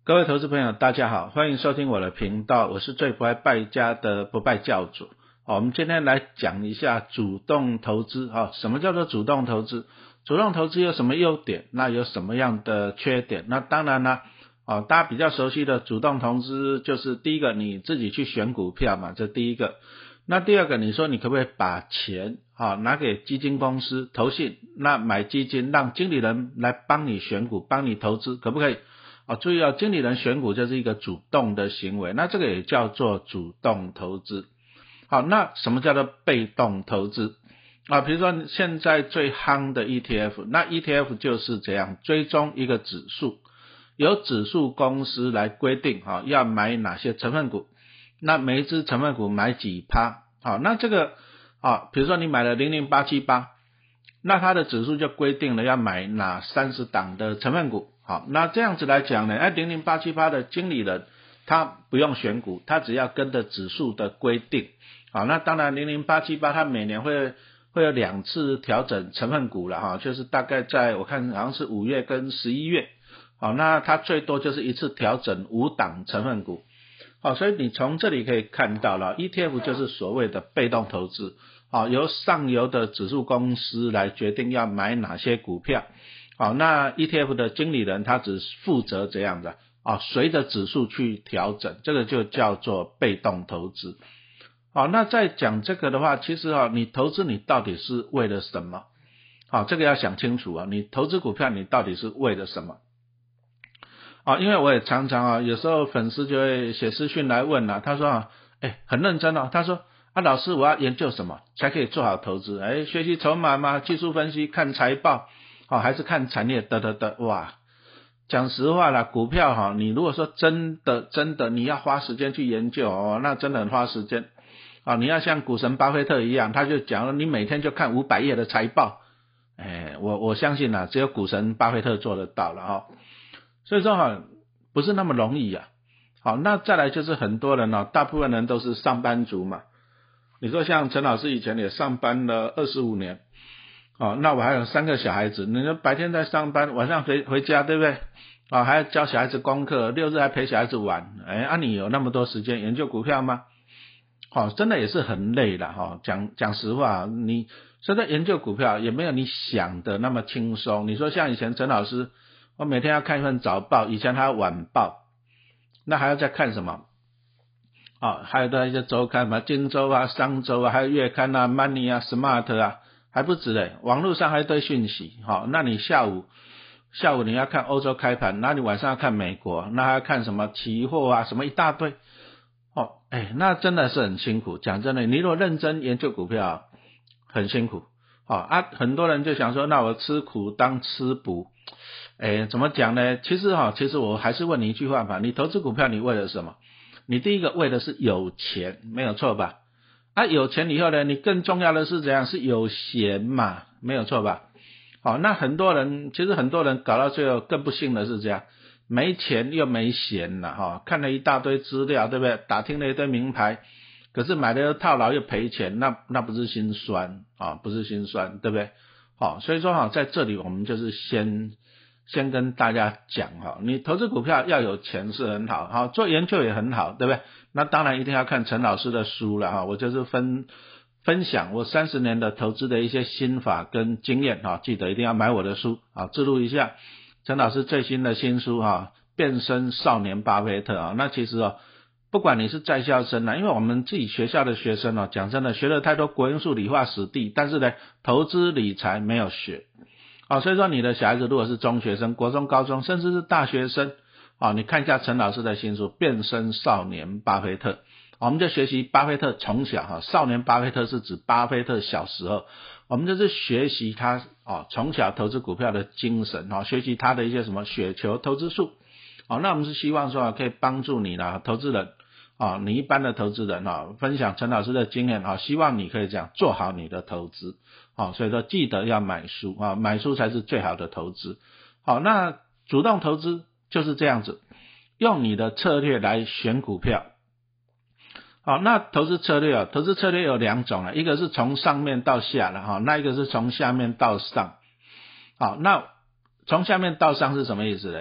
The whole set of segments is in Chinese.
各位投资朋友大家好，欢迎收听我的频道，我是最不爱败家的不败教主。我们今天来讲一下主动投资。什么叫做主动投资？主动投资有什么优点？那有什么样的缺点？那当然啦，大家比较熟悉的主动投资就是第一个你自己去选股票嘛，这第一个。那第二个你说你可不可以把钱拿给基金公司投信，那买基金让经理人来帮你选股帮你投资，可不可以？注意经理人选股就是一个主动的行为，那这个也叫做主动投资。好，那什么叫做被动投资？比如说现在最夯的 ETF， 那 ETF 就是这样追踪一个指数，由指数公司来规定要买哪些成分股，那每一只成分股买几趴。那这个比如说你买了00878，那它的指数就规定了要买哪30档的成分股。好，那这样子来讲呢，00878的经理人他不用选股，他只要跟着指数的规定。好，那当然00878他每年会有2次调整成分股了就是大概在我看好像是5月跟11月。好，那他最多就是一次调整5档成分股。好，所以你从这里可以看到了 ETF 就是所谓的被动投资。好，由上游的指数公司来决定要买哪些股票。好，那 ETF 的经理人他只负责这样的随着指数去调整，这个就叫做被动投资。好，那在讲这个的话，其实你投资你到底是为了什么？好，这个要想清楚你投资股票你到底是为了什么？因为我也常常有时候粉丝就会写私讯来问他说很认真他说老师我要研究什么才可以做好投资？学习筹码吗？技术分析？看财报？还是看产业？哇，讲实话啦，股票你如果说真的你要花时间去研究那真的很花时间。你要像股神巴菲特一样，他就讲了你每天就看500页的财报。我相信只有股神巴菲特做得到了所以说不是那么容易好，那再来就是很多人大部分人都是上班族嘛。你说像陈老师以前也上班了25年。那我还有3个小孩子，你说白天在上班，晚上回家，对不对？还要教小孩子功课，6日还陪小孩子玩。你有那么多时间研究股票吗？真的也是很累的讲实话，你现在研究股票也没有你想的那么轻松。你说像以前陈老师，我每天要看一份早报，以前还有晚报，那还要再看什么？还有一些周刊嘛，金周商周还有月刊Money Smart还不止嘞，网络上还一堆讯息。那你下午你要看欧洲开盘，那你晚上要看美国，那还要看什么期货什么一大堆。那真的是很辛苦。讲真的，你如果认真研究股票很辛苦。很多人就想说那我吃苦当吃补。怎么讲呢？其实我还是问你一句话吧，你投资股票你为了什么？你第一个为的是有钱，没有错吧？有钱以后呢，你更重要的是怎样？是有闲嘛，没有错吧？那其实很多人搞到最后更不幸的是这样，没钱又没闲了看了一大堆资料，对不对？打听了一堆名牌，可是买了又套牢又赔钱，那不是心酸不是心酸，对不对？所以说在这里我们就是先跟大家讲你投资股票要有钱是很好做研究也很好，对不对？那当然一定要看陈老师的书了我就是分享我30年的投资的一些心法跟经验记得一定要买我的书记录一下陈老师最新的新书变身少年巴菲特那其实不管你是在校生因为我们自己学校的学生讲真的学了太多国英数理化史地，但是呢投资理财没有学所以说你的小孩子如果是中学生、国中、高中甚至是大学生你看一下陈老师的新书变身少年巴菲特我们就学习巴菲特从小少年巴菲特是指巴菲特小时候，我们就是学习他从小投资股票的精神学习他的一些什么雪球投资术那我们是希望说可以帮助你投资人你一般的投资人分享陈老师的经验希望你可以这样做好你的投资所以说记得要买书买书才是最好的投资那主动投资就是这样子，用你的策略来选股票那投资策略有2种一个是从上面到下那一个是从下面到上那从下面到上是什么意思呢？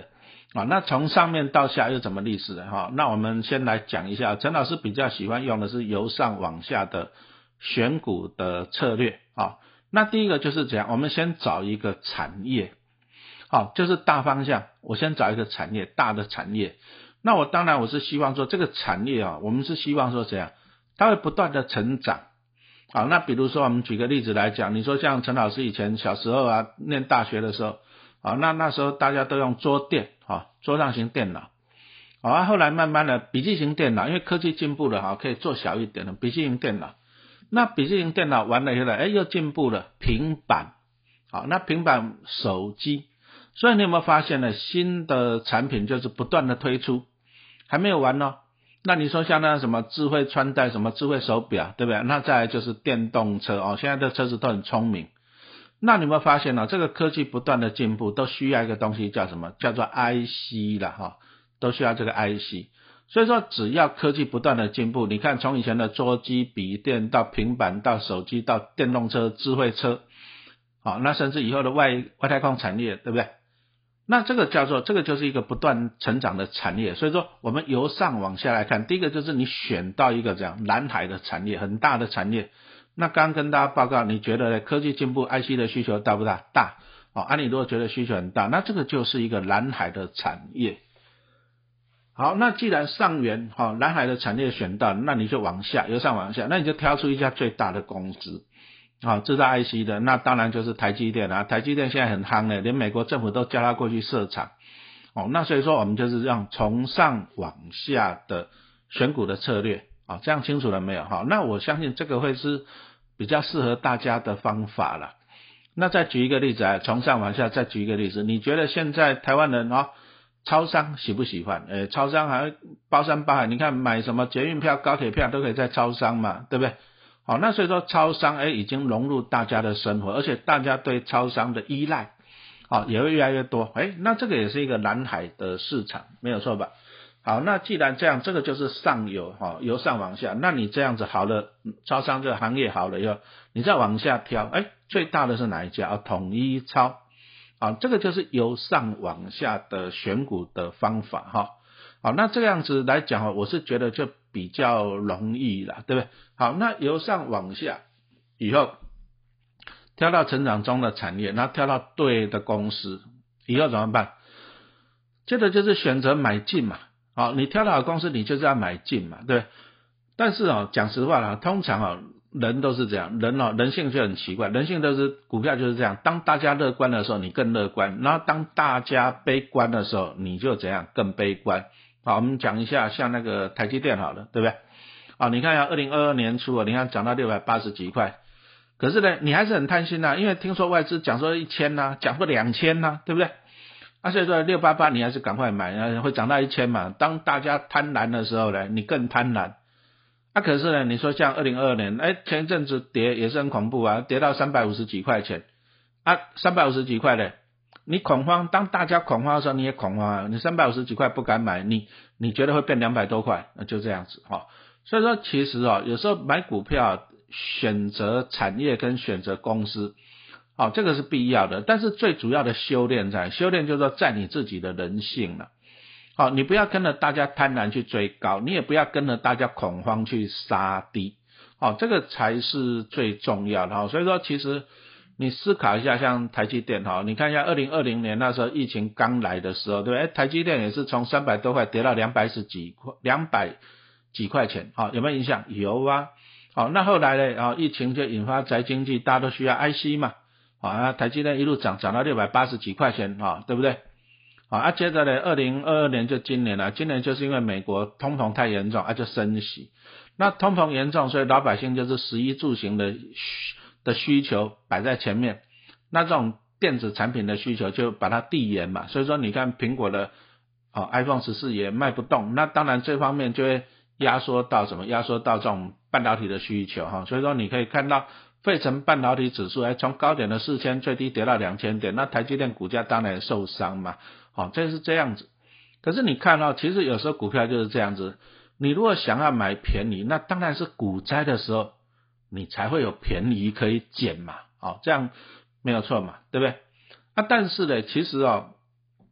那从上面到下又怎么历史的那我们先来讲一下，陈老师比较喜欢用的是由上往下的选股的策略那第一个就是这样，我们先找一个产业就是大方向，我先找一个产业，大的产业。那当然我是希望说这个产业我们是希望说怎样，它会不断的成长。那比如说我们举个例子来讲，你说像陈老师以前小时候念大学的时候那时候大家都用桌垫桌上型电脑后来慢慢的笔记型电脑，因为科技进步了可以做小一点的笔记型电脑。那笔记型电脑完了以后又进步了平板那平板手机。所以你有没有发现呢，新的产品就是不断的推出，还没有完那你说像那什么智慧穿戴，什么智慧手表，对不对？那再来就是电动车现在的车子都很聪明。那你有没有发现这个科技不断的进步，都需要一个东西叫什么？叫做 IC 啦都需要这个 IC。所以说只要科技不断的进步，你看从以前的桌机、笔电到平板到手机到电动车、智慧车那甚至以后的外太空产业，对不对？那这个就是一个不断成长的产业。所以说我们由上往下来看，第一个就是你选到一个这样蓝海的产业，很大的产业。那刚刚跟大家报告，你觉得科技进步 IC 的需求大不大？大你如果觉得需求很大，那这个就是一个蓝海的产业。好，那既然上元蓝海的产业选到，那你就往下，由上往下，那你就挑出一家最大的公司制造 IC 的，那当然就是台积电台积电现在很夯的，连美国政府都叫它过去设厂那所以说我们就是这样从上往下的选股的策略这样清楚了没有那我相信这个会是比较适合大家的方法啦。那再举一个例子从上往下再举一个例子，你觉得现在台湾人超商喜不喜欢？超商还包山包海，你看买什么捷运票、高铁票都可以在超商嘛，对不对？那所以说超商已经融入大家的生活，而且大家对超商的依赖也会越来越多。那这个也是一个蓝海的市场，没有错吧？好，那既然这样，这个就是上游由上往下。那你这样子好了，超商这个行业好了以后，你再往下挑，最大的是哪一家？统一超这个就是由上往下的选股的方法好，那这样子来讲我是觉得就比较容易啦，对不对？好，那由上往下以后挑到成长中的产业，然后挑到对的公司以后怎么办？接着就是选择买进嘛你挑到的公司你就是要买进嘛，对不对？但是讲实话通常人都是这样，人性就很奇怪，人性都是股票就是这样，当大家乐观的时候你更乐观，然后当大家悲观的时候你就怎样更悲观。好，我们讲一下像那个台积电好了，对不对？你看一下2022年初你看涨到680几块，可是呢你还是很贪心因为听说外资讲说1000讲说2000对不对？所以说688你还是赶快买会涨到1000嘛，当大家贪婪的时候呢你更贪婪可是呢你说像2022年前一阵子跌也是很恐怖跌到350几块钱350几块呢你恐慌，当大家恐慌的时候你也恐慌你350几块不敢买，你觉得会变200多块就这样子所以说其实有时候买股票选择产业跟选择公司这个是必要的，但是最主要的修炼就是说在你自己的人性了你不要跟着大家贪婪去追高，你也不要跟着大家恐慌去杀低这个才是最重要的所以说其实你思考一下像台积电你看一下2020年那时候疫情刚来的时候，对不对？台积电也是从300多块跌到200几块钱有没有印象？有那后来呢疫情就引发宅经济，大家都需要 IC 嘛台积电一路涨到680几块钱对不对？接着呢2022年就今年今年就是因为美国通膨太严重就升息，那通膨严重，所以老百姓就是食衣住行的需求摆在前面，那这种电子产品的需求就把它递延嘛，所以说你看苹果的iPhone 14也卖不动，那当然这方面就会压缩到什么？压缩到这种半导体的需求所以说你可以看到费城半导体指数从高点的4000最低跌到2000点，那台积电股价当然受伤嘛这是这样子。可是你看其实有时候股票就是这样子，你如果想要买便宜，那当然是股灾的时候你才会有便宜可以捡嘛这样没有错嘛，对不对？但是呢其实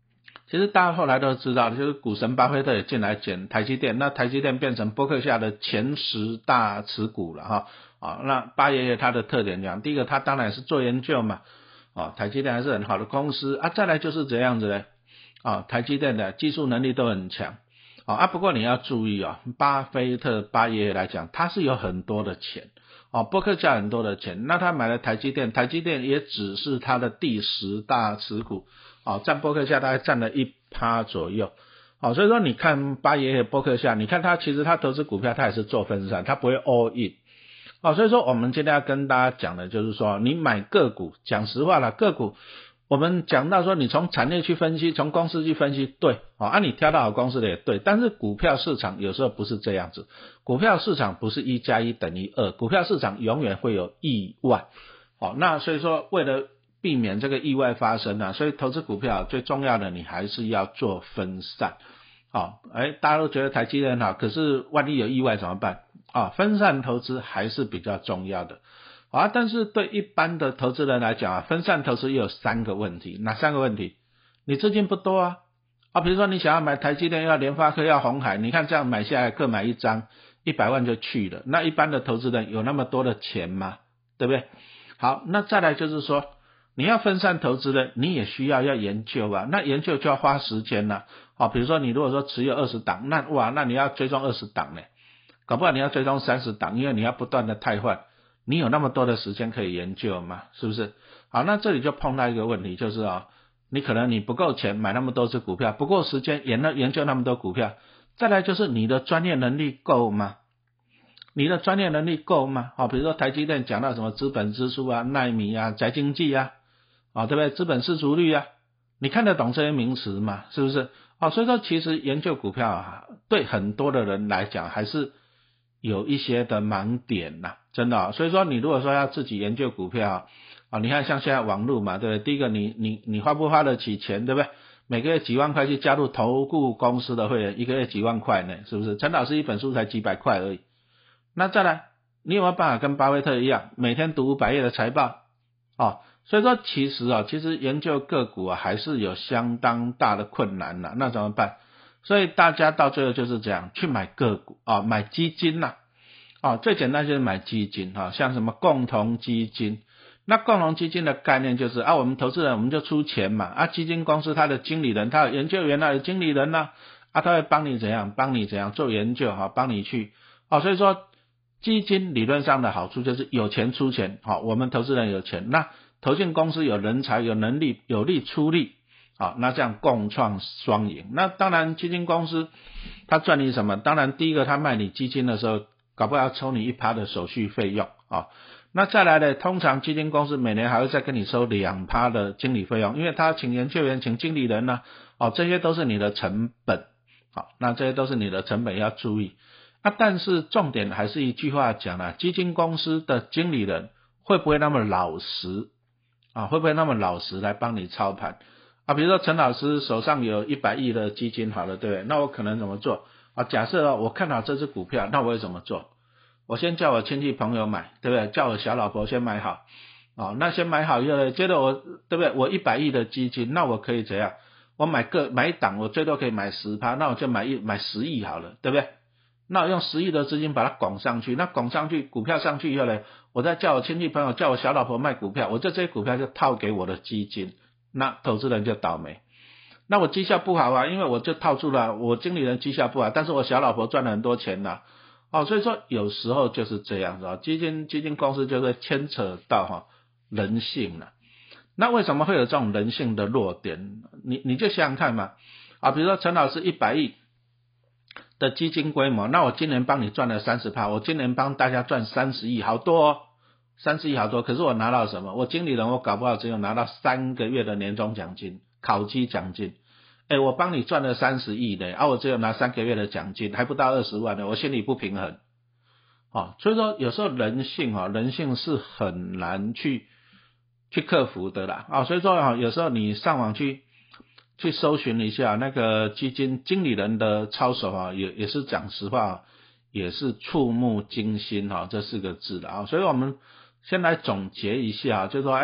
其实大家后来都知道，就是股神巴菲特也进来捡台积电，那台积电变成波克夏的前10大持股了哈。那巴爷爷他的特点讲，第一个他当然是做研究嘛，台积电还是很好的公司啊，再来就是这样子嘞，台积电的技术能力都很强。不过你要注意巴菲特巴爷爷来讲，他是有很多的钱波克夏很多的钱，那他买了台积电，台积电也只是他的第10大持股占波克夏大概占了 1% 左右所以说你看巴爷爷波克夏，你看他其实他投资股票他也是做分散，他不会 all in所以说我们今天要跟大家讲的就是说，你买个股，讲实话啦，个股我们讲到说你从产业去分析，从公司去分析，对你挑到好公司的也对，但是股票市场有时候不是这样子，股票市场不是1+1等于2，股票市场永远会有意外那所以说为了避免这个意外发生所以投资股票最重要的你还是要做分散大家都觉得台积电好，可是万一有意外怎么办分散投资还是比较重要的但是对一般的投资人来讲分散投资也有3个问题，哪3个问题？你资金不多比如说你想要买台积电，要联发科，要鸿海，你看这样买下来各买一张100万就去了，那一般的投资人有那么多的钱吗？对不对？好，那再来就是说你要分散投资的，你也需要研究那研究就要花时间比如说你如果说持有20档，那你要追踪20档呢，搞不好你要追踪30档，因为你要不断的汰换，你有那么多的时间可以研究吗？是不是？好，那这里就碰到一个问题，就是你可能你不够钱买那么多只股票，不够时间研究那么多股票，再来就是你的专业能力够吗？你的专业能力够吗？比如说台积电讲到什么资本支出奈米宅经济对不对？资本市足率你看得懂这些名词吗？是不是？所以说其实研究股票对很多的人来讲还是有一些的盲点真的所以说你如果说要自己研究股票你看像现在网络嘛，对不对？第一个你花不花得起钱，对不对？每个月几万块去加入投顾公司的会员，一个月几万块呢，是不是？陈老师一本书才几百块而已。那再来，你有没有办法跟巴菲特一样，每天读500页的财报所以说其实研究个股还是有相当大的困难那怎么办？所以大家到最后就是这样去买个股买基金最简单就是买基金像什么共同基金。那共同基金的概念就是我们投资人我们就出钱嘛基金公司它的经理人，它有研究员有经理人他会帮你怎样做研究帮你去所以说基金理论上的好处就是有钱出钱我们投资人有钱，那投信公司有人才有能力有力出力那这样共创双赢。那当然基金公司它赚你什么？当然第一个它卖你基金的时候搞不好要抽你 1% 的手续费用那再来的通常基金公司每年还会再跟你收 2% 的经理费用，因为他请研究员请经理人这些都是你的成本那这些都是你的成本要注意但是重点还是一句话讲基金公司的经理人会不会那么老实会不会那么老实来帮你操盘比如说陈老师手上有100亿的基金好了，对不对？那我可能怎么做假设我看好这只股票，那我会怎么做？我先叫我亲戚朋友买，对不对？叫我小老婆先买好那先买好以后呢，接着我对不对？我100亿的基金，那我可以怎样？我买一档我最多可以买 10%， 那我就买10亿好了，对不对？那我用10亿的资金把它拱上去，那拱上去股票上去以后呢，我再叫我亲戚朋友叫我小老婆卖股票，我这些股票就套给我的基金，那投资人就倒霉。那我绩效不好因为我就套住了，我经理人绩效不好，但是我小老婆赚了很多钱所以说有时候就是这样子基金公司就会牵扯到人性那为什么会有这种人性的弱点？你就想想看嘛比如说陈老师100亿的基金规模，那我今年帮你赚了 30%， 我今年帮大家赚30亿，好多30亿好多，可是我拿到什么？我经理人我搞不好只有拿到3个月的年终奖金考绩奖金我帮你赚了30亿的我只有拿3个月的奖金，还不到20万的，我心里不平衡所以说有时候人性是很难去克服的啦所以说有时候你上网去搜寻一下那个基金经理人的操守也是讲实话也是触目惊心这4个字的所以我们先来总结一下，就是说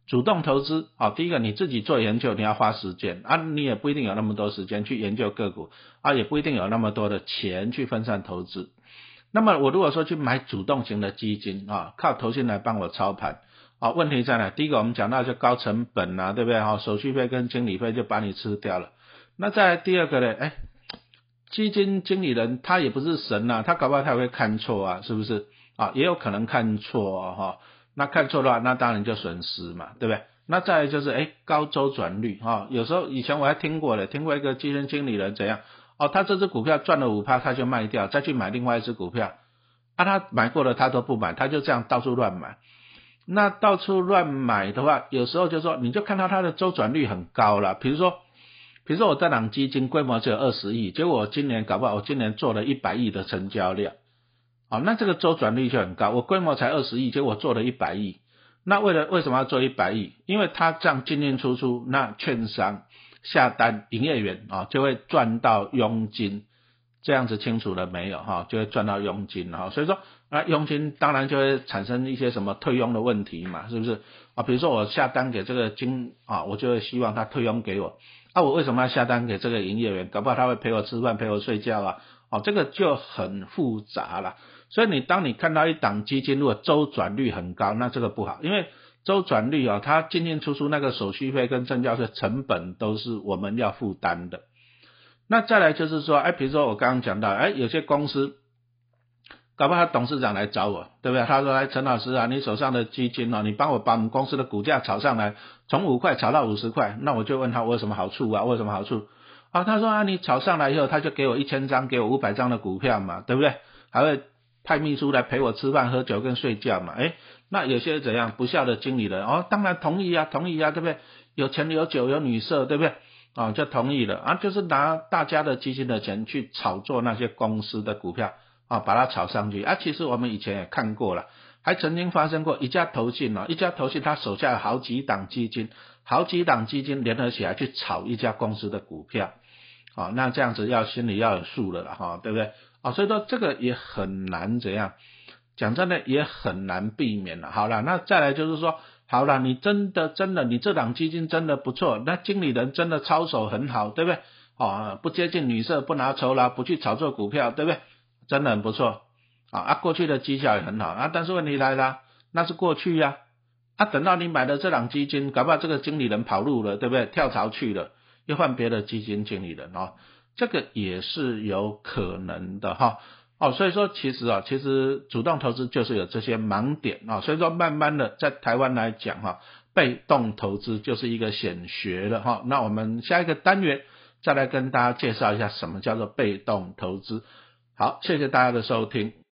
主动投资第一个你自己做研究你要花时间你也不一定有那么多时间去研究个股也不一定有那么多的钱去分散投资。那么我如果说去买主动型的基金靠投信来帮我操盘问题在哪？第一个我们讲到就高成本对不对手续费跟经理费就把你吃掉了。那再来第二个呢，基金经理人他也不是神他搞不好他也会看错是不是也有可能看错那看错的话那当然就损失嘛，对不对？那再来就是高周转率有时候以前我还听过一个基金经理人怎样他这只股票赚了 5% 他就卖掉再去买另外一只股票他买过了他都不买，他就这样到处乱买。那到处乱买的话有时候就说你就看到他的周转率很高啦，比如说我这档基金规模只有20亿，结果我今年搞不好我今年做了100亿的成交量那这个周转率就很高，我规模才20亿，结果我做了100亿。那为什么要做100亿？因为他这样进进出出，那券商下单营业员就会赚到佣金，这样子清楚了没有就会赚到佣金所以说佣金当然就会产生一些什么退佣的问题嘛，是不是比如说我下单给这个我就会希望他退佣给我我为什么要下单给这个营业员？搞不好他会陪我吃饭陪我睡觉这个就很复杂了。所以当你看到一档基金如果周转率很高，那这个不好，因为周转率它进进出出那个手续费跟证交税成本都是我们要负担的。那再来就是说比如说我刚刚讲到有些公司搞不好董事长来找我，对不对？他说陈老师你手上的基金你帮我把我们公司的股价炒上来，从5块炒到50块，那我就问他我有什么好处为什么好处他说你炒上来以后他就给我1000张给我500张的股票嘛，对不对？还会派秘书来陪我吃饭喝酒跟睡觉嘛那有些怎样不孝的经理人当然同意对不对？有钱有酒有女色，对不对就同意了就是拿大家的基金的钱去炒作那些公司的股票把它炒上去其实我们以前也看过了，还曾经发生过一家投信他手下有好几档基金联合起来去炒一家公司的股票那这样子心里要有数了啦对不对所以说这个也很难怎样讲真的也很难避免了。好了，那再来就是说好了，你真的你这档基金真的不错，那经理人真的操守很好，对不对不接近女色，不拿酬劳，不去炒作股票，对不对？真的很不错过去的绩效也很好但是问题来了，那是过去等到你买的这档基金搞不好这个经理人跑路了，对不对？跳槽去了，又换别的基金经理人这个也是有可能的所以说其实主动投资就是有这些盲点所以说慢慢的在台湾来讲被动投资就是一个显学了那我们下一个单元再来跟大家介绍一下什么叫做被动投资。好，谢谢大家的收听。